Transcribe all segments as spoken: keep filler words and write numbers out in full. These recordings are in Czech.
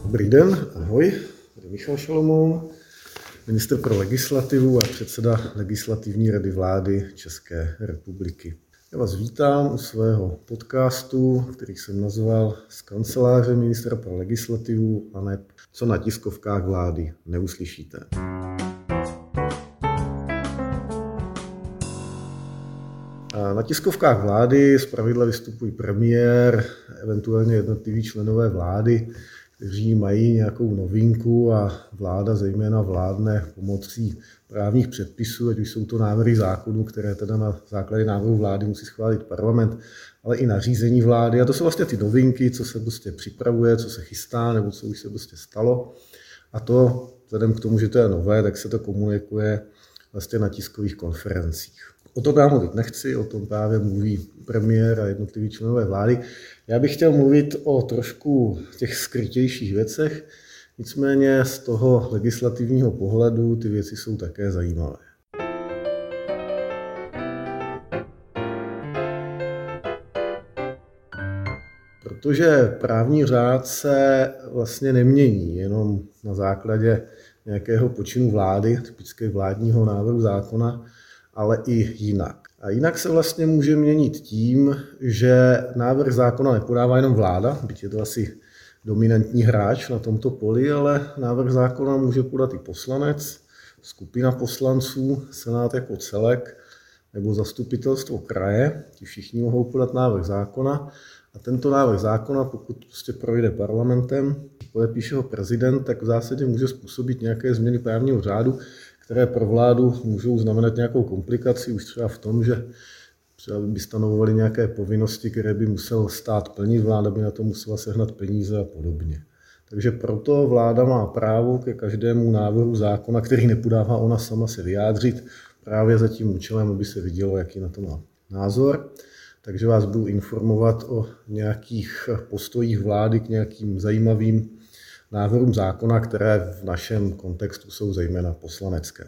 Dobrý den, ahoj, tady Michal Šalomoun, ministr pro legislativu a předseda Legislativní rady vlády České republiky. Já vás vítám u svého podcastu, který jsem nazval Z kanceláře ministra pro legislativu a ne co na tiskovkách vlády neuslyšíte. A na tiskovkách vlády zpravidla vystupují premiér, eventuálně jednotliví členové vlády, kteří mají nějakou novinku a vláda zejména vládne pomocí právních předpisů, ať už jsou to návrhy zákonů, které teda na základě návrhu vlády musí schválit parlament, ale i nařízení vlády. A to jsou vlastně ty novinky, co se prostě připravuje, co se chystá, nebo co už se prostě stalo. A to, vzhledem k tomu, že to je nové, tak se to komunikuje vlastně na tiskových konferencích. O tom já mluvit nechci, o tom právě mluví premiér a jednotliví členové vlády. Já bych chtěl mluvit o trošku těch skrytějších věcech, nicméně z toho legislativního pohledu ty věci jsou také zajímavé. Protože právní řád se vlastně nemění jenom na základě nějakého počinu vlády, typicky vládního návrhu zákona, ale i jinak. A jinak se vlastně může měnit tím, že návrh zákona nepodává jenom vláda, byť je to asi dominantní hráč na tomto poli, ale návrh zákona může podat i poslanec, skupina poslanců, senát jako celek nebo zastupitelstvo kraje. Ti všichni mohou podat návrh zákona a tento návrh zákona, pokud prostě projde parlamentem, podepíše ho prezident, tak v zásadě může způsobit nějaké změny právního řádu, které pro vládu můžou znamenat nějakou komplikaci, už třeba v tom, že třeba by stanovovaly nějaké povinnosti, které by musel stát plnit, vláda by na to musela sehnat peníze a podobně. Takže proto vláda má právo ke každému návrhu zákona, který nepodává ona sama, se vyjádřit právě za tím účelem, aby se vidělo, jaký na to má názor. Takže vás budu informovat o nějakých postojích vlády k nějakým zajímavým návrhům zákona, které v našem kontextu jsou zejména poslanecké.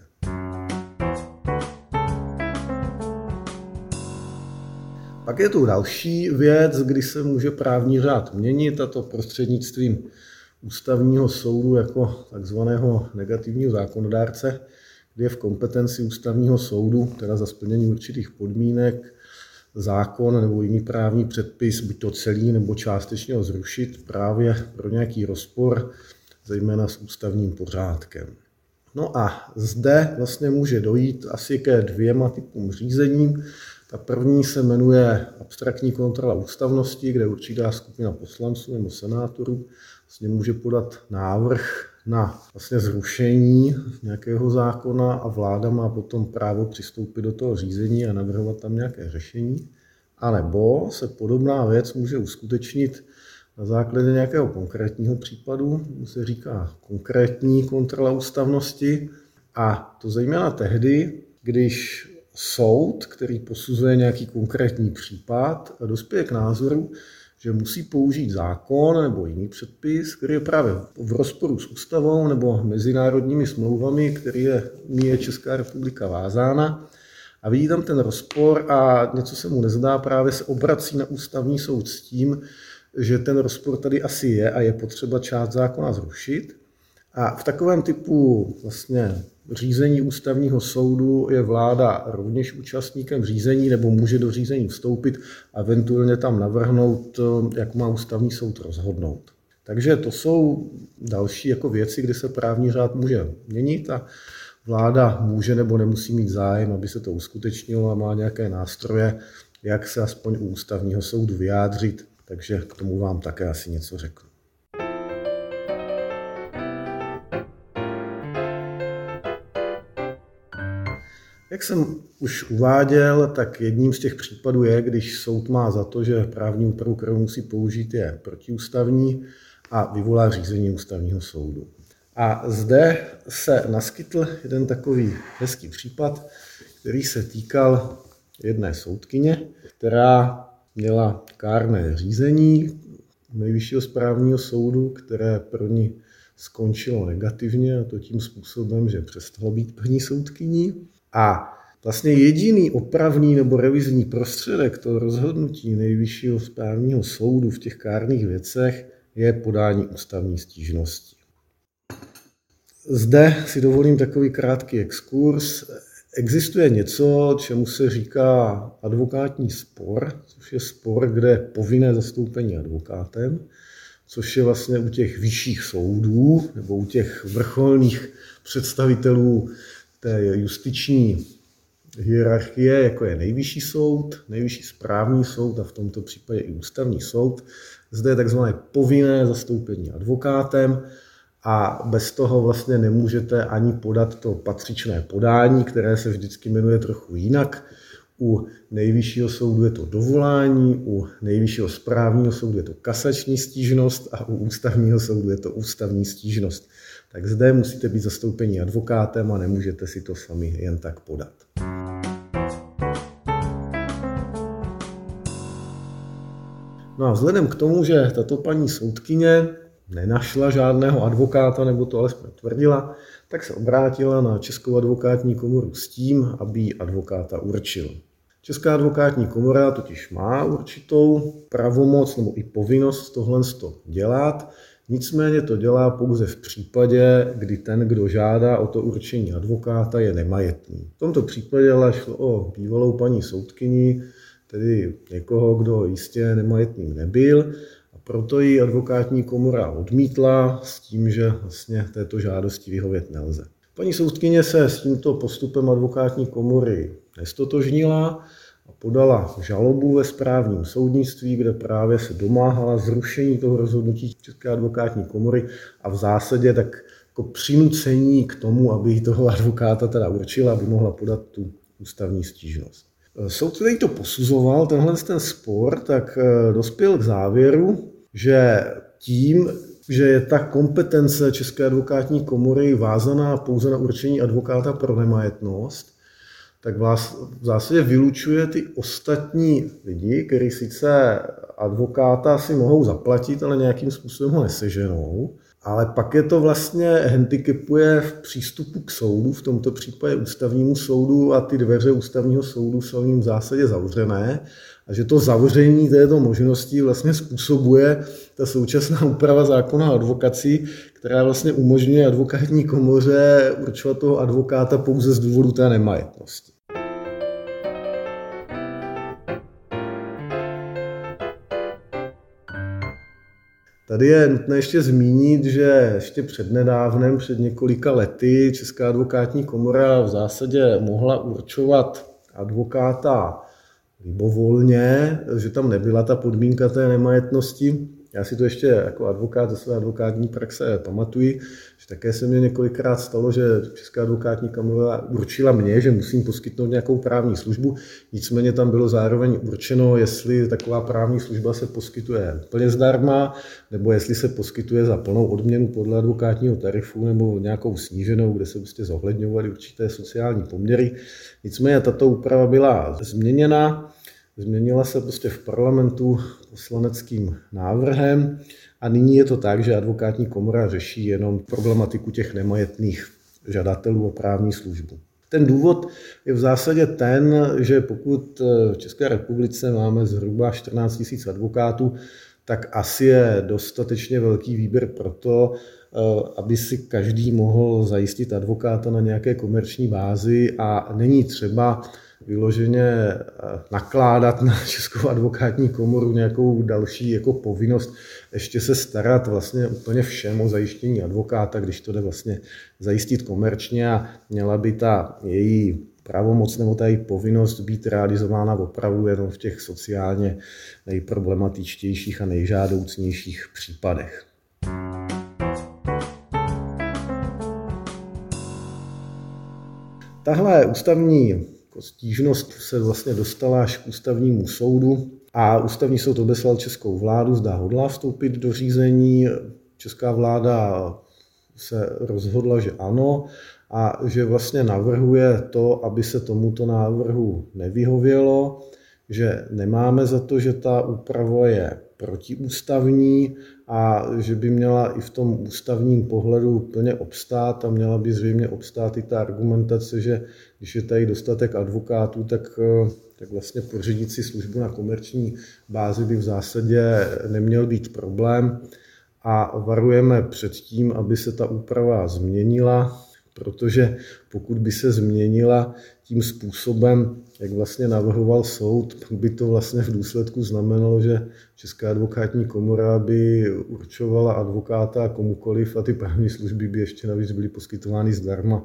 Pak je tu další věc, kdy se může právní řád měnit, a to prostřednictvím ústavního soudu jako takzvaného negativního zákonodárce, kdy je v kompetenci ústavního soudu, teda za splnění určitých podmínek, zákon nebo jiný právní předpis, buď to celý nebo částečně ho zrušit právě pro nějaký rozpor, zejména s ústavním pořádkem. No a zde vlastně může dojít asi ke dvěma typům řízení. Ta první se jmenuje abstraktní kontrola ústavnosti, kde určitá skupina poslanců nebo senátorů vlastně může podat návrh na vlastně zrušení nějakého zákona a vláda má potom právo přistoupit do toho řízení a navrhovat tam nějaké řešení. A nebo se podobná věc může uskutečnit na základě nějakého konkrétního případu, se říká konkrétní kontrola ústavnosti, a to zejména tehdy, když soud, který posuzuje nějaký konkrétní případ, dospěje k názoru, že musí použít zákon nebo jiný předpis, který je právě v rozporu s ústavou nebo mezinárodními smlouvami, který je, je Česká republika vázána. A vidí tam ten rozpor a něco se mu nezdá, právě se obrací na ústavní soud s tím, že ten rozpor tady asi je a je potřeba část zákona zrušit. A v takovém typu vlastně řízení ústavního soudu je vláda rovněž účastníkem řízení nebo může do řízení vstoupit a eventuálně tam navrhnout, jak má ústavní soud rozhodnout. Takže to jsou další jako věci, kde se právní řád může měnit a vláda může nebo nemusí mít zájem, aby se to uskutečnilo, a má nějaké nástroje, jak se aspoň u ústavního soudu vyjádřit, takže k tomu vám také asi něco řeknu. Jak jsem už uváděl, tak jedním z těch případů je, když soud má za to, že právní úpravu, kterou musí použít, je protiústavní a vyvolá řízení ústavního soudu. A zde se naskytl jeden takový hezký případ, který se týkal jedné soudkyně, která měla kárné řízení Nejvyššího správního soudu, které pro ní skončilo negativně, a to tím způsobem, že přestala být paní soudkyní. A vlastně jediný opravný nebo revizní prostředek toho rozhodnutí Nejvyššího správního soudu v těch kárných věcech je podání ústavní stížnosti. Zde si dovolím takový krátký exkurs. Existuje něco, čemu se říká advokátní spor, což je spor, kde je povinné zastoupení advokátem, což je vlastně u těch vyšších soudů nebo u těch vrcholných představitelů té justiční hierarchie, jako je nejvyšší soud, nejvyšší správní soud a v tomto případě i ústavní soud. Zde je takzvané povinné zastoupení advokátem a bez toho vlastně nemůžete ani podat to patřičné podání, které se vždycky jmenuje trochu jinak. U nejvyššího soudu je to dovolání, u nejvyššího správního soudu je to kasační stížnost a u ústavního soudu je to ústavní stížnost. Tak zde musíte být zastoupení advokátem a nemůžete si to sami jen tak podat. No a vzhledem k tomu, že tato paní soudkyně nenašla žádného advokáta, nebo to alespoň tvrdila, tak se obrátila na Českou advokátní komoru s tím, aby jí advokáta určil. Česká advokátní komora totiž má určitou pravomoc nebo i povinnost tohle dělat, nicméně to dělá pouze v případě, kdy ten, kdo žádá o to určení advokáta, je nemajetný. V tomto případě ale šlo o bývalou paní soudkyni, tedy někoho, kdo jistě nemajetným nebyl, a proto ji advokátní komora odmítla s tím, že vlastně této žádosti vyhovět nelze. Paní soudkyně se s tímto postupem advokátní komory nestotožnila a podala žalobu ve správním soudnictví, kde právě se domáhala zrušení toho rozhodnutí České advokátní komory a v zásadě tak jako přinucení k tomu, aby toho advokáta teda určila, aby mohla podat tu ústavní stížnost. Soud, který to posuzoval, tenhle ten spor, tak dospěl k závěru, že tím, že je ta kompetence České advokátní komory vázaná pouze na určení advokáta pro nemajetnost, tak v zásadě vylučuje ty ostatní lidi, kteří sice advokáta si mohou zaplatit, ale nějakým způsobem ho neseženou. Ale pak je to vlastně handicapuje v přístupu k soudu, v tomto případě ústavnímu soudu, a ty dveře ústavního soudu jsou jim v zásadě zavřené. A že to zavření této možnosti vlastně způsobuje ta současná úprava zákona o advokacii, která vlastně umožňuje advokátní komoře určovat toho advokáta pouze z důvodu té nemajetnosti. Tady je nutné ještě zmínit, že ještě přednedávnem, před několika lety, Česká advokátní komora v zásadě mohla určovat advokáta libovolně, že tam nebyla ta podmínka té nemajetnosti. Já si to ještě jako advokát ze své advokátní praxe pamatuji, že také se mně několikrát stalo, že Česká advokátní komora určila mě, že musím poskytnout nějakou právní službu, nicméně tam bylo zároveň určeno, jestli taková právní služba se poskytuje plně zdarma, nebo jestli se poskytuje za plnou odměnu podle advokátního tarifu, nebo nějakou sníženou, kde se prostě zohledňovaly určité sociální poměry. Nicméně tato úprava byla změněna. Změnila se prostě v parlamentu poslaneckým návrhem a nyní je to tak, že advokátní komora řeší jenom problematiku těch nemajetných žadatelů o právní službu. Ten důvod je v zásadě ten, že pokud v České republice máme zhruba čtrnáct tisíc advokátů, tak asi je dostatečně velký výběr pro to, aby si každý mohl zajistit advokáta na nějaké komerční bázi a není třeba vyloženě nakládat na Českou advokátní komoru nějakou další jako povinnost ještě se starat vlastně úplně všem o zajištění advokáta, když to jde vlastně zajistit komerčně, a měla by ta její pravomoc nebo ta její povinnost být realizována opravdu jenom v těch sociálně nejproblematičtějších a nejžádoucnějších případech. Tahle ústavní stížnost se vlastně dostala až k ústavnímu soudu a ústavní soud obeslal českou vládu, zda hodlá vstoupit do řízení. Česká vláda se rozhodla, že ano, a že vlastně navrhuje to, aby se tomuto návrhu nevyhovělo, že nemáme za to, že ta úprava je protiústavní a že by měla i v tom ústavním pohledu plně obstát a měla by zřejmě obstát i ta argumentace, že když je tady dostatek advokátů, tak, tak vlastně pořídit si službu na komerční bázi by v zásadě neměl být problém. a varujeme před tím, aby se ta úprava změnila, protože pokud by se změnila tím způsobem, jak vlastně navrhoval soud, tak by to vlastně v důsledku znamenalo, že Česká advokátní komora by určovala advokáta komukoliv a ty právní služby by ještě navíc byly poskytovány zdarma.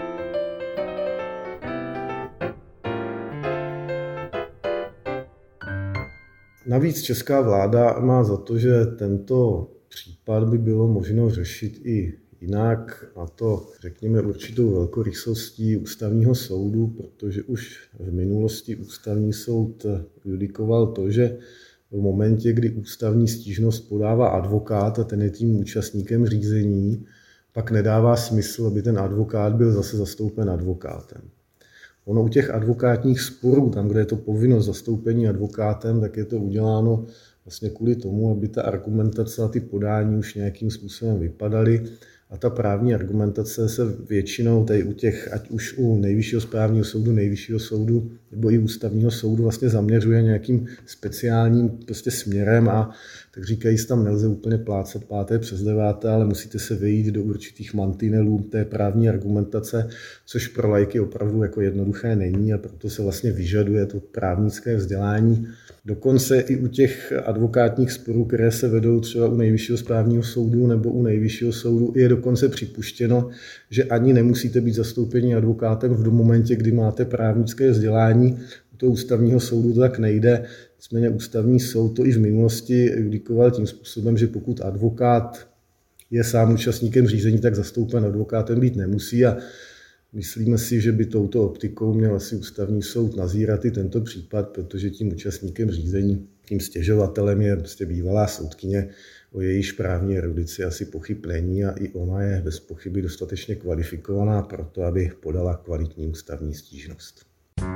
Navíc česká vláda má za to, že tento případ by bylo možno řešit i jinak, a to řekněme určitou velkorysostí ústavního soudu, protože už v minulosti ústavní soud judikoval to, že v momentě, kdy ústavní stížnost podává advokát a ten je tím účastníkem řízení, pak nedává smysl, aby ten advokát byl zase zastoupen advokátem. Ono u těch advokátních sporů, tam, kde je to povinnost zastoupení advokátem, tak je to uděláno vlastně kvůli tomu, aby ta argumentace a ty podání už nějakým způsobem vypadaly. A ta právní argumentace se většinou tady u těch, ať už u Nejvyššího správního soudu, Nejvyššího soudu nebo i ústavního soudu vlastně zaměřuje nějakým speciálním prostě směrem a tak říkají, tam nelze úplně plácat páté přes deváté, ale musíte se vejít do určitých mantinelů té právní argumentace, což pro laiky opravdu jako jednoduché není a proto se vlastně vyžaduje to právnické vzdělání. Dokonce i u těch advokátních sporů, které se vedou třeba u Nejvyššího správního soudu nebo u Nejvyššího soudu, je dokonce připuštěno, že ani nemusíte být zastoupeni advokátem v momentě, kdy máte právnické vzdělání. U toho ústavního soudu to tak nejde. Nicméně ústavní soud to i v minulosti judikoval tím způsobem, že pokud advokát je sám účastníkem řízení, tak zastoupen advokátem být nemusí a myslíme si, že by touto optikou měl asi ústavní soud nazírat i tento případ, protože tím účastníkem řízení, tím stěžovatelem je prostě bývalá soudkyně, o jejíž právní erudici asi pochyb není a i ona je bez pochyby dostatečně kvalifikovaná pro to, aby podala kvalitní ústavní stížnost.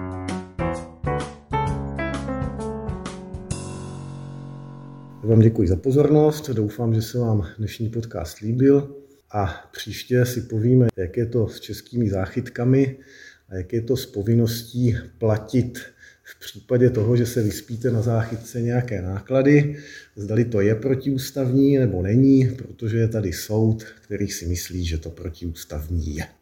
Já vám děkuji za pozornost, doufám, že se vám dnešní podcast líbil a příště si povíme, jak je to s českými záchytkami a jak je to s povinností platit v případě toho, že se vyspíte na záchytce nějaké náklady, zdali to je protiústavní nebo není, protože je tady soud, který si myslí, že to protiústavní je.